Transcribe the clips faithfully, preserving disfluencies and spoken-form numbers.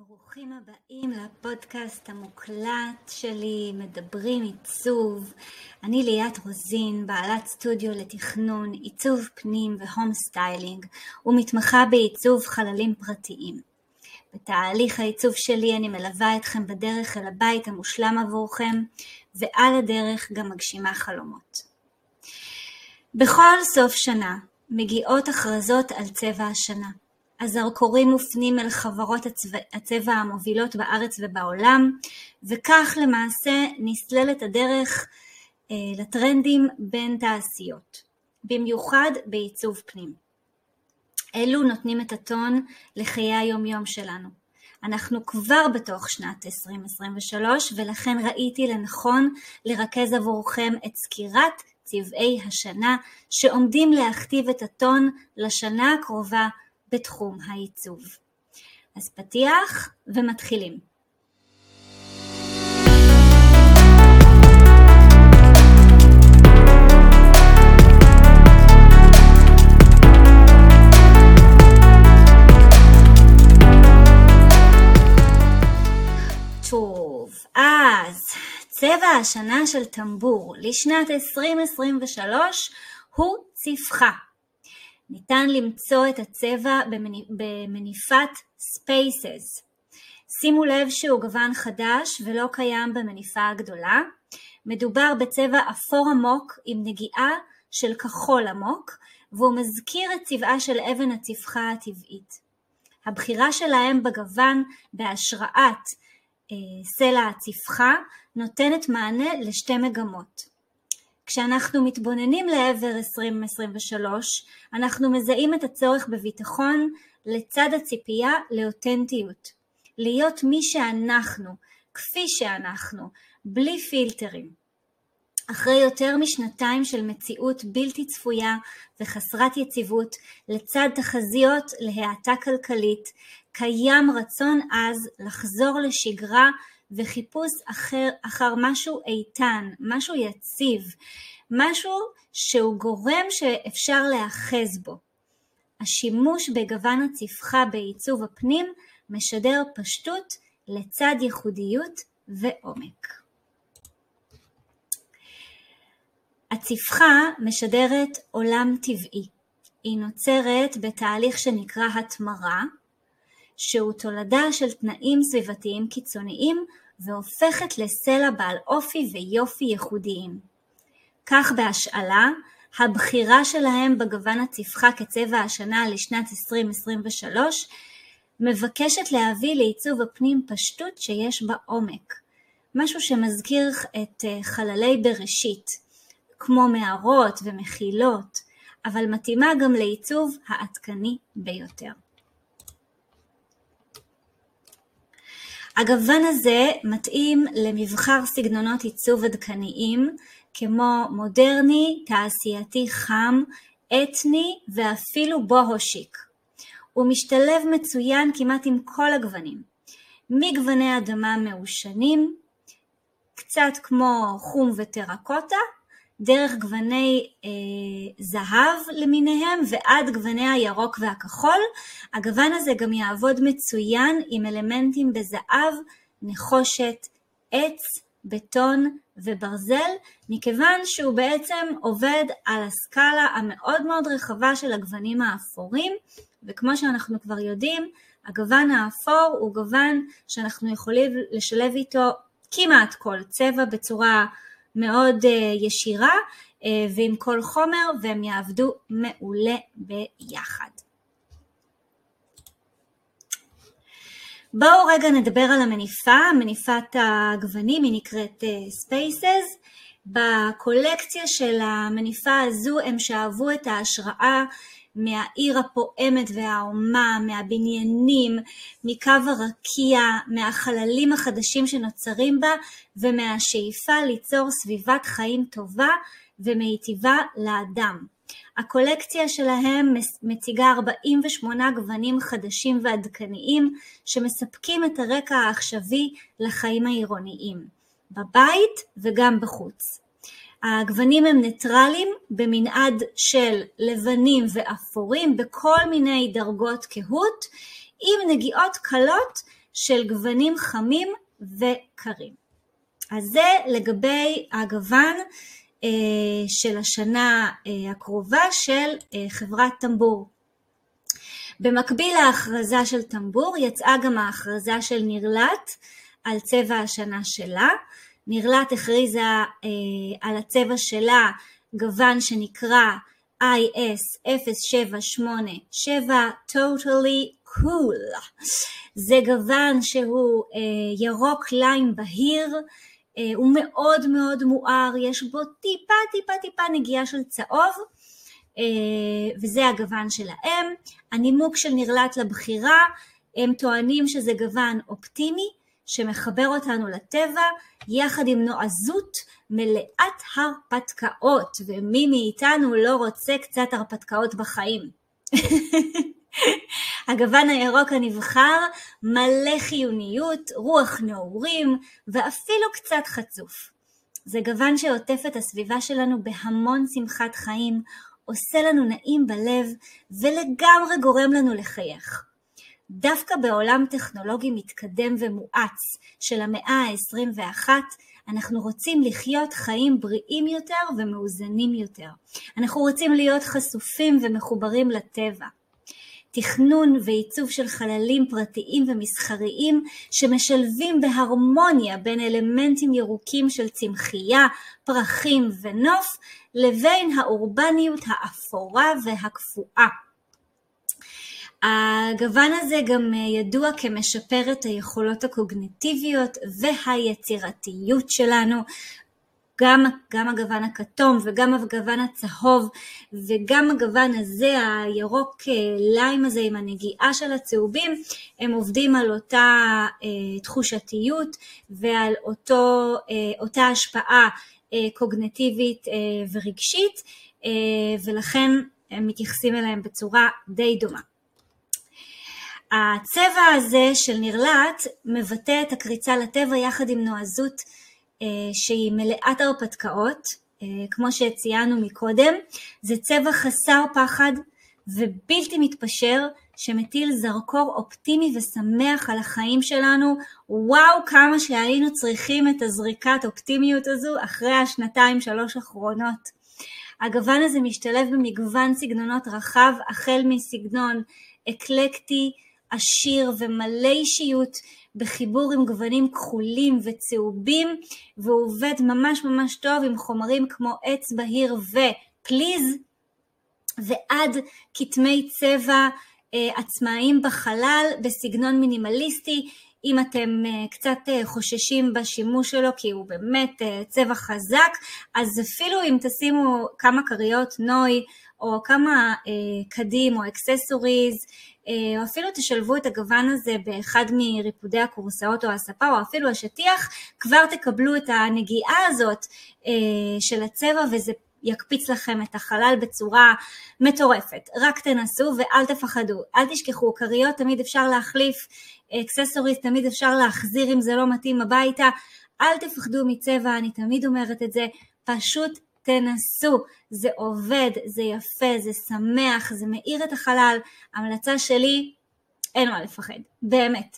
ברוכים הבאים לפודקאסט המוקלט שלי, מדברים עיצוב. אני ליאת רוזין, בעלת סטודיו לתכנון, עיצוב פנים והום סטיילינג, ומתמחה בעיצוב חללים פרטיים. בתהליך העיצוב שלי אני מלווה אתכם בדרך אל הבית המושלם עבורכם, ועל הדרך גם מגשימה חלומות. בכל סוף שנה מגיעות הכרזות על צבע השנה. הזרקורים מופנים אל חברות הצבע, הצבע המובילות בארץ ובעולם, וכך למעשה נסללת הדרך אה, לטרנדים בין תעשיות, במיוחד בעיצוב פנים. אלו נותנים את הטון לחיי היום יום שלנו. אנחנו כבר בתוך שנת עשרים עשרים ושלוש, ולכן ראיתי לנכון לרכז עבורכם את סקירת צבעי השנה שעומדים להכתיב את הטון לשנה הקרובה בתחום העיצוב. אז פתיח ומתחילים. טוב, אז צבע השנה של טמבור לשנת עשרים עשרים ושלוש הוא צפחה. ניתן למצוא את הצבע במניפת Spaces. שימו לב שהוא גוון חדש ולא קיים במניפה הגדולה. מדובר בצבע אפור עמוק עם נגיעה של כחול עמוק, והוא מזכיר את צבעה של אבן הצפחה הטבעית. הבחירה שלהם בגוון בהשראת אה, סלע הצפחה נותנת מענה לשתי מגמות. כשאנחנו מתבוננים לעבר עשרים עשרים ושלוש, אנחנו מזהים את הצורך בביטחון לצד הציפייה לאותנטיות. להיות מי שאנחנו, כפי שאנחנו, בלי פילטרים. אחרי יותר משנתיים של מציאות בלתי צפויה וחסרת יציבות, לצד תחזיות להאטה כלכלית, קיים רצון עז לחזור לשגרה וחיפוש אחר, אחר משהו איתן, משהו יציב, משהו שהוא גורם שאפשר להאחז בו. השימוש בגוון הצפחה בעיצוב הפנים משדר פשטות לצד ייחודיות ועומק. הצפחה משדרת עולם טבעי. היא נוצרת בתהליך שנקרא התמרה, שהוא תולדה של תנאים סביבתיים קיצוניים והופכת לסלע בעל אופי ויופי ייחודיים. כך בהשאלה, הבחירה שלהם בגוון הצפחה כצבע השנה לשנת עשרים עשרים ושלוש מבקשת להביא לעיצוב הפנים פשטות שיש בה עומק, משהו שמזכיר את חללי בראשית, כמו מערות ומחילות, אבל מתאימה גם לעיצוב העדכני ביותר. הגוון הזה מתאים למבחר סגנונות עיצוב עדכניים, כמו מודרני, תעשייתי חם, אתני ואפילו בוהושיק. הוא משתלב מצוין כמעט עם כל הגוונים. מגווני אדמה מעושנים, קצת כמו חום וטרקוטה, דרך גווני אה, זהב למיניהם ועד גווני הירוק והכחול. הגוון הזה גם יעבוד מצוין עם אלמנטים בזהב, נחושת, עץ, בטון וברזל, מכיוון שהוא בעצם עובד על הסקאלה המאוד מאוד רחבה של הגוונים האפורים, וכמו שאנחנו כבר יודעים, הגוון האפור הוא גוון שאנחנו יכולים לשלב איתו כמעט כל צבע בצורה מאוד ישירה ועם כל חומר, והם יעבדו מעולה ביחד. בואו רגע נדבר על המניפה, מניפת הגוונים, היא נקראת Spaces. בקולקציה של המניפה הזו הם שאבו את ההשראה מהעיר הפועמת והעומה, מהבניינים, מקו הרקיע, מהחללים החדשים שנוצרים בה, ומהשאיפה ליצור סביבת חיים טובה ומיטיבה לאדם. הקולקציה שלהם מציגה ארבעים ושמונה גוונים חדשים ועדכניים שמספקים את הרקע העכשווי לחיים העירוניים, בבית וגם בחוץ. הגוונים הם ניטרליים במנעד של לבנים ואפורים בכל מיני דרגות כהות, עם נגיעות קלות של גוונים חמים וקרים. אז זה לגבי הגוון אה, של השנה אה, הקרובה של אה, חברת טמבור. במקביל להכרזה של טמבור יצאה גם ההכרזה של נרלט על צבע השנה שלה. נרלט הכריזה אה, על הצבע שלה גוון שנקרא איי אס אפס שבע שמונה שבע Totally Cool. זה גוון שהוא אה, ירוק ליים בהיר, אה, הוא מאוד מאוד מואר, יש בו טיפה טיפה טיפה נגיעה של צהוב, אה, וזה הגוון שלהם. הנימוק של נרלט לבחירה, הם טוענים שזה גוון אופטימי שמחבר אותנו לטבע יחד עם נועזות מלאת הרפתקאות, ומי מאיתנו לא רוצה קצת הרפתקאות בחיים. הגוון הירוק הנבחר מלא חיוניות, רוח נעורים ואפילו קצת חצוף. זה גוון שעוטף את הסביבה שלנו בהמון שמחת חיים, עושה לנו נעים בלב ולגמרי גורם לנו לחייך. דווקא בעולם טכנולוגי מתקדם ומואץ של המאה ה-עשרים ואחת, אנחנו רוצים לחיות חיים בריאים יותר ומאוזנים יותר. אנחנו רוצים להיות חשופים ומחוברים לטבע. תכנון ועיצוב של חללים פרטיים ומסחריים שמשלבים בהרמוניה בין אלמנטים ירוקים של צמחייה, פרחים ונוף, לבין האורבניות האפורה והקפואה. הגוון הזה גם ידוע כמשפר את היכולות הקוגניטיביות והיצירתיות שלנו. גם, גם הגוון הכתום וגם הגוון הצהוב וגם הגוון הזה, הירוק ליים הזה עם הנגיעה של הצהובים, הם עובדים על אותה אה, תחושתיות ועל אותו, אה, אותה השפעה אה, קוגניטיבית אה, ורגשית, אה, ולכן הם מתייחסים אליהם בצורה די דומה. הצבע הזה של נרלט מבטא את הקריצה לטבע יחד עם נועזות שהיא מלאת הרפתקאות, כמו שציינו מקודם. זה צבע חסר פחד ובלתי מתפשר, שמטיל זרקור אופטימי ושמח על החיים שלנו. וואו, כמה שהיינו צריכים את הזריקת אופטימיות הזו אחרי השנתיים שלוש האחרונות. הגוון הזה משתלב במגוון סגנונות רחב, החל מסגנון אקלקטי, עשיר ומלא אישיות, בחיבור עם גוונים כחולים וצהובים, והוא עובד ממש ממש טוב עם חומרים כמו עץ בהיר ופליז, ועד כתמי צבע אה, עצמאיים בחלל בסגנון מינימליסטי. אם אתם אה, קצת אה, חוששים בשימוש שלו כי הוא באמת אה, צבע חזק, אז אפילו אם תשימו כמה קריות נוי או כמה אה, קדים או אקססוריז, או אפילו תשלבו את הגוון הזה באחד מריפודי הקורסאות או הספה או אפילו השטיח, כבר תקבלו את הנגיעה הזאת של הצבע, וזה יקפיץ לכם את החלל בצורה מטורפת. רק תנסו ואל תפחדו, אל תשכחו, קריות תמיד אפשר להחליף, אקססוריז תמיד אפשר להחזיר אם זה לא מתאים הביתה, אל תפחדו מצבע, אני תמיד אומרת את זה, פשוט תנסו, זה עובד, זה יפה, זה שמח, זה מאיר את החלל. המלצה שלי, אין מה לפחד, באמת.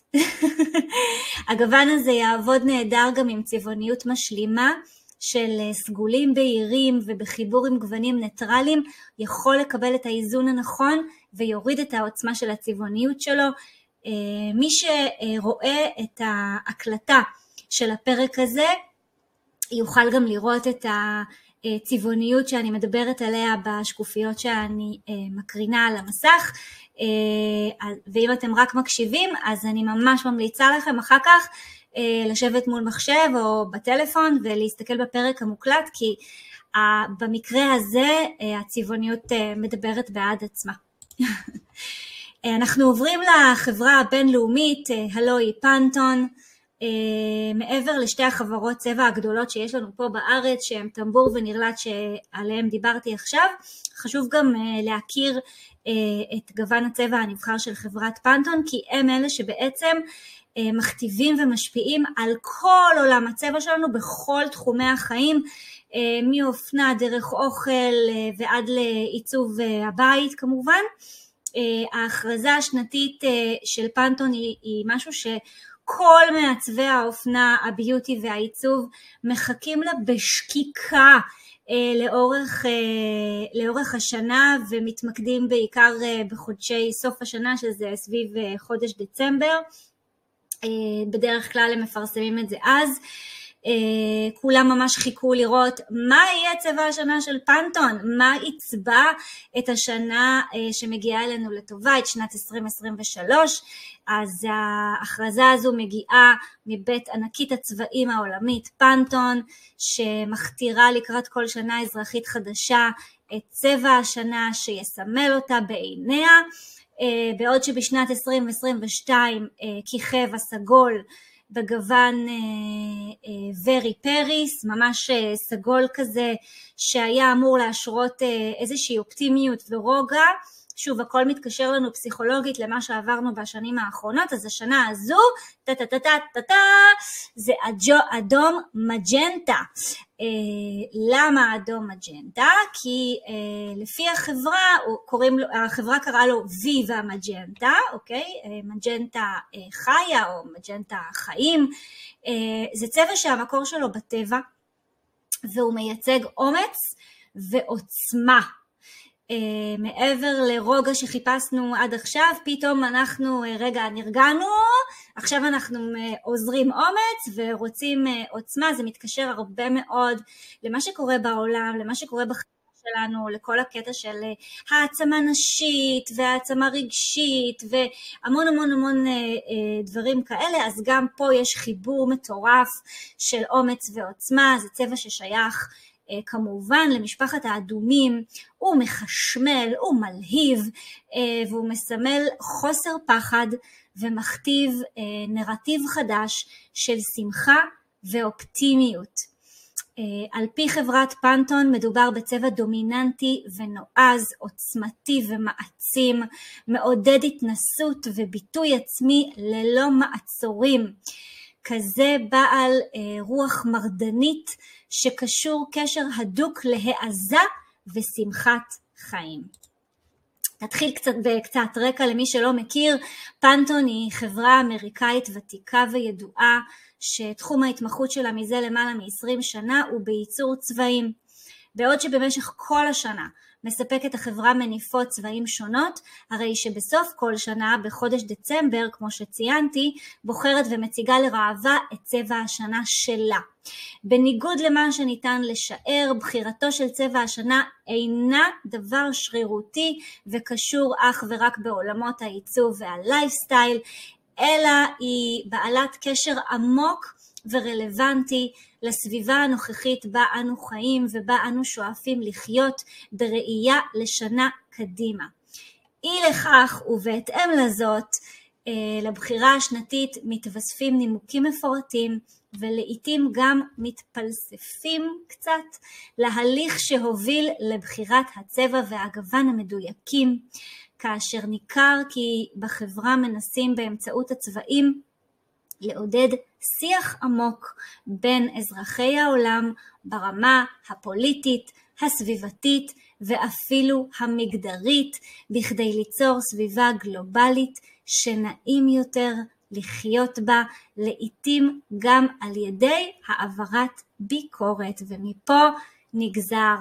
הגוון הזה יעבוד נהדר גם עם צבעוניות משלימה של סגולים בהירים ובחיבור עם גוונים ניטרליים, יכול לקבל את האיזון הנכון ויוריד את העוצמה של הצבעוניות שלו. מי שרואה את ההקלטה של הפרק הזה יוכל גם לראות את ה צבעוניות שאני מדברת עליה בשקופיות שאני מקרינה על המסך, ואם אתם רק מקשיבים אז אני ממש ממליצה לכם אחר כך לשבת מול מחשב או בטלפון ולהסתכל בפרק המוקלט, כי במקרה הזה הצבעוניות מדברת בעד עצמה. אנחנו עוברים לחברה הבינלאומית, הלוא היא פנטון. Uh, מעבר לשתי החברות צבע הגדולות שיש לנו פה בארץ, שהם טמבור ונרלט שעליהם דיברתי עכשיו, חשוב גם uh, להכיר uh, את גוון הצבע הנבחר של חברת פנטון, כי הם אלה שבעצם uh, מכתיבים ומשפיעים על כל עולם הצבע שלנו בכל תחומי החיים, uh, מאופנה דרך אוכל uh, ועד לעיצוב uh, הבית כמובן. ההכרזה השנתית של פנטון היא, היא משהו שכל מעצבי האופנה, הביוטי והעיצוב מחכים לה בשקיקה לאורך, לאורך השנה, ומתמקדים בעיקר בחודשי סוף השנה, שזה סביב חודש דצמבר. בדרך כלל הם מפרסמים את זה אז. כולם ממש חיכו לראות מה יהיה צבע השנה של פנטון, מה יצבע את השנה שמגיעה אלינו לטובה, את שנת עשרים עשרים ושלוש. אז ההכרזה הזו מגיעה מבית ענקית הצבעים העולמית פנטון, שמכתירה לקראת כל שנה אזרחית חדשה את צבע השנה שיסמל אותה בעיניה, בעוד שבשנת עשרים עשרים ושתיים כיכב הסגול בגוון ורי פריס, ממש סגול כזה שהיה אמור להשרות איזושהי אופטימיות ורוגע. שוב, הכל מתקשר לנו פסיכולוגית למה שעברנו בשנים האחרונות, אז השנה הזו, טה טה טה טה טה טה, זה אדום מג'נטה. למה אדום מג'נטה? כי לפי החברה, קוראים לו, החברה קראה לו ויבה מג'נטה, אוקיי? מג'נטה חיה או מג'נטה חיים. זה צבע שהמקור שלו בטבע, והוא מייצג אומץ ועוצמה. Uh, מעבר לרוגע שחיפשנו עד עכשיו, פתאום אנחנו uh, רגע נרגענו, עכשיו אנחנו uh, עוזרים אומץ ורוצים uh, עוצמה. זה מתקשר הרבה מאוד למה שקורה בעולם, למה שקורה בחיים שלנו, לכל הקטע של uh, העצמה נשית והעצמה רגשית והמון המון המון uh, uh, דברים כאלה. אז גם פה יש חיבור מטורף של אומץ ועוצמה. זה צבע ששייך כמובן למשפחת האדומים, הוא מחשמל, הוא מלהיב, והוא מסמל חוסר פחד ומכתיב נרטיב חדש של שמחה ואופטימיות. על פי חברת פנטון מדובר בצבע דומיננטי ונועז, עוצמתי ומעצים, מעודד התנסות וביטוי עצמי ללא מעצורים. כזה בעל רוח מרדנית שקשור קשר הדוק להעזה ושמחת חיים. נתחיל קצת בקצת רקע למי שלא מכיר. פנטון היא חברה אמריקאית ותיקה וידועה, שתחום ההתמחות שלה מזה למעלה מ-עשרים שנה הוא בייצור צבעים. בעוד שבמשך כל השנה מספקת החברה מניפות צבעים שונות, הרי שבסוף כל שנה בחודש דצמבר, כמו שציינתי, בוחרת ומציגה לראווה את צבע השנה שלה. בניגוד למה שניתן לשער, בחירתו של צבע השנה אינה דבר שרירותי וקשור אך ורק בעולמות העיצוב והלייפסטייל, אלא היא בעלת קשר עמוק ורלוונטי לסביבה הנוכחית בה אנו חיים ובה אנו שואפים לחיות בראייה לשנה קדימה. אי לכך ובהתאם לזאת, לבחירה השנתית מתווספים נימוקים מפורטים ולעיתים גם מתפלספים קצת להליך שהוביל לבחירת הצבע והגוון המדויקים, כאשר ניכר כי בחברה מנסים באמצעות הצבעים לעודד שיח עמוק בין אזרחי העולם ברמה הפוליטית, הסביבתית ואפילו המגדרית, בכדי ליצור סביבה גלובלית שנעים יותר לחיות בה, לעתים גם על ידי העברת ביקורת. ומפה נגזר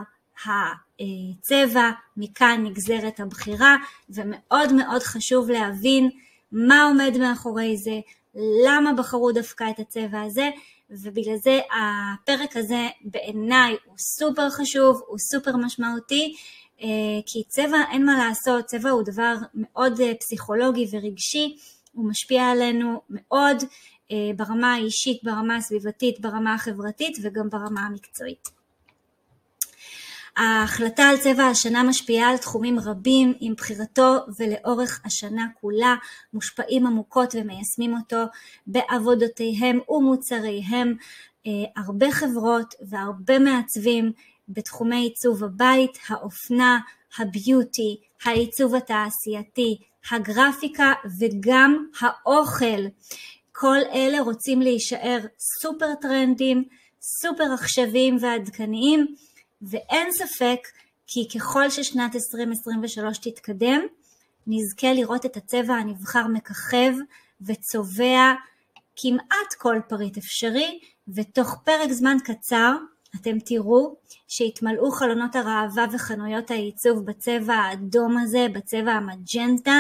הצבע, מכאן נגזרת הבחירה, ומאוד מאוד חשוב להבין מה עומד מאחורי זה, למה בחרו דווקא את הצבע הזה, ובגלל זה הפרק הזה בעיניי הוא סופר חשוב, הוא סופר משמעותי, כי צבע אין מה לעשות, צבע הוא דבר מאוד פסיכולוגי ורגשי, הוא משפיע עלינו מאוד ברמה האישית, ברמה הסביבתית, ברמה החברתית וגם ברמה המקצועית. ההחלטה על צבע השנה משפיעה על תחומים רבים, עם בחירתו ולאורך השנה כולה מושפעים עמוקות ומיישמים אותו בעבודותיהם ומוצריהם הרבה חברות והרבה מעצבים בתחומי עיצוב הבית, האופנה, הביוטי, העיצוב התעשייתי, הגרפיקה וגם האוכל. כל אלה רוצים להישאר סופר טרנדים, סופר עכשוויים ועדכניים, ואין ספק כי ככל ששנת עשרים עשרים ושלוש תתקדם, נזכה לראות את הצבע הנבחר מככב וצובע כמעט כל פריט אפשרי, ותוך פרק זמן קצר אתם תראו שהתמלאו חלונות הראווה וחנויות העיצוב בצבע האדום הזה, בצבע המג'נטה,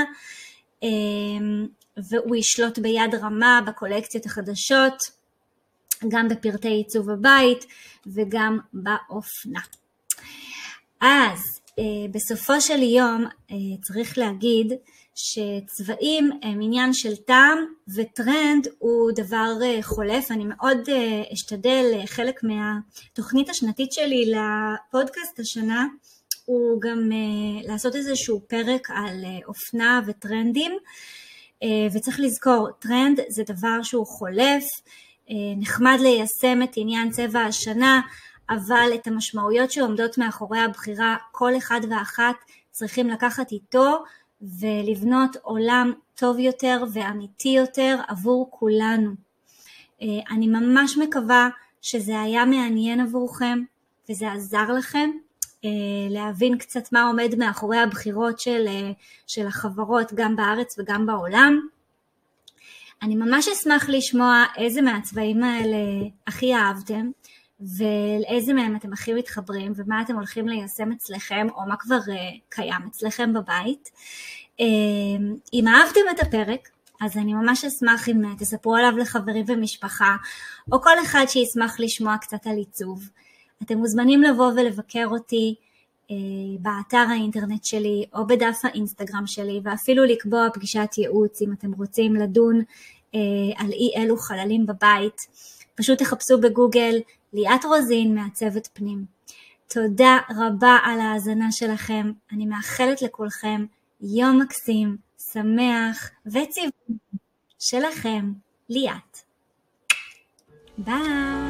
והוא ישלוט ביד רמה בקולקציות החדשות, גם בפרטי עיצוב הבית וגם באופנה. אז בסופו של יום צריך להגיד שצבעים הם עניין של טעם, וטרנד הוא דבר חולף. אני מאוד אשתדל, חלק מהתוכנית השנתית שלי לפודקאסט השנה הוא גם לעשות איזשהו פרק על אופנה וטרנדים, וצריך לזכור, טרנד זה דבר שהוא חולף, נחמד ליישם את עניין צבע השנה, אבל את המשמעויות שעומדות מאחורי הבחירה, כל אחד ואחת צריכים לקחת איתו, ולבנות עולם טוב יותר ואמיתי יותר עבור כולנו. אני ממש מקווה שזה היה מעניין עבורכם, וזה עזר לכם להבין קצת מה עומד מאחורי הבחירות של, של החברות, גם בארץ וגם בעולם. אני ממש אשמח לשמוע איזה מהצבעים האלה הכי אהבתם, ולאיזה מהם אתם הכי מתחברים, ומה אתם הולכים ליישם אצלכם, או מה כבר קיים אצלכם בבית. אם אהבתם את הפרק, אז אני ממש אשמח אם תספרו עליו לחברים ומשפחה, או כל אחד שישמח לשמוע קצת על עיצוב. אתם מוזמנים לבוא ולבקר אותי באתר האינטרנט שלי, או בדף האינסטגרם שלי, ואפילו לקבוע פגישת ייעוץ אם אתם רוצים לדון על אי אלו חללים בבית. פשוט תחפשו בגוגל ליאת רוזין מעצבת פנים. תודה רבה על ההאזנה שלכם, אני מאחלת לכולכם יום מקסים, שמח וצבעוני שלכם, ליאת. ביי.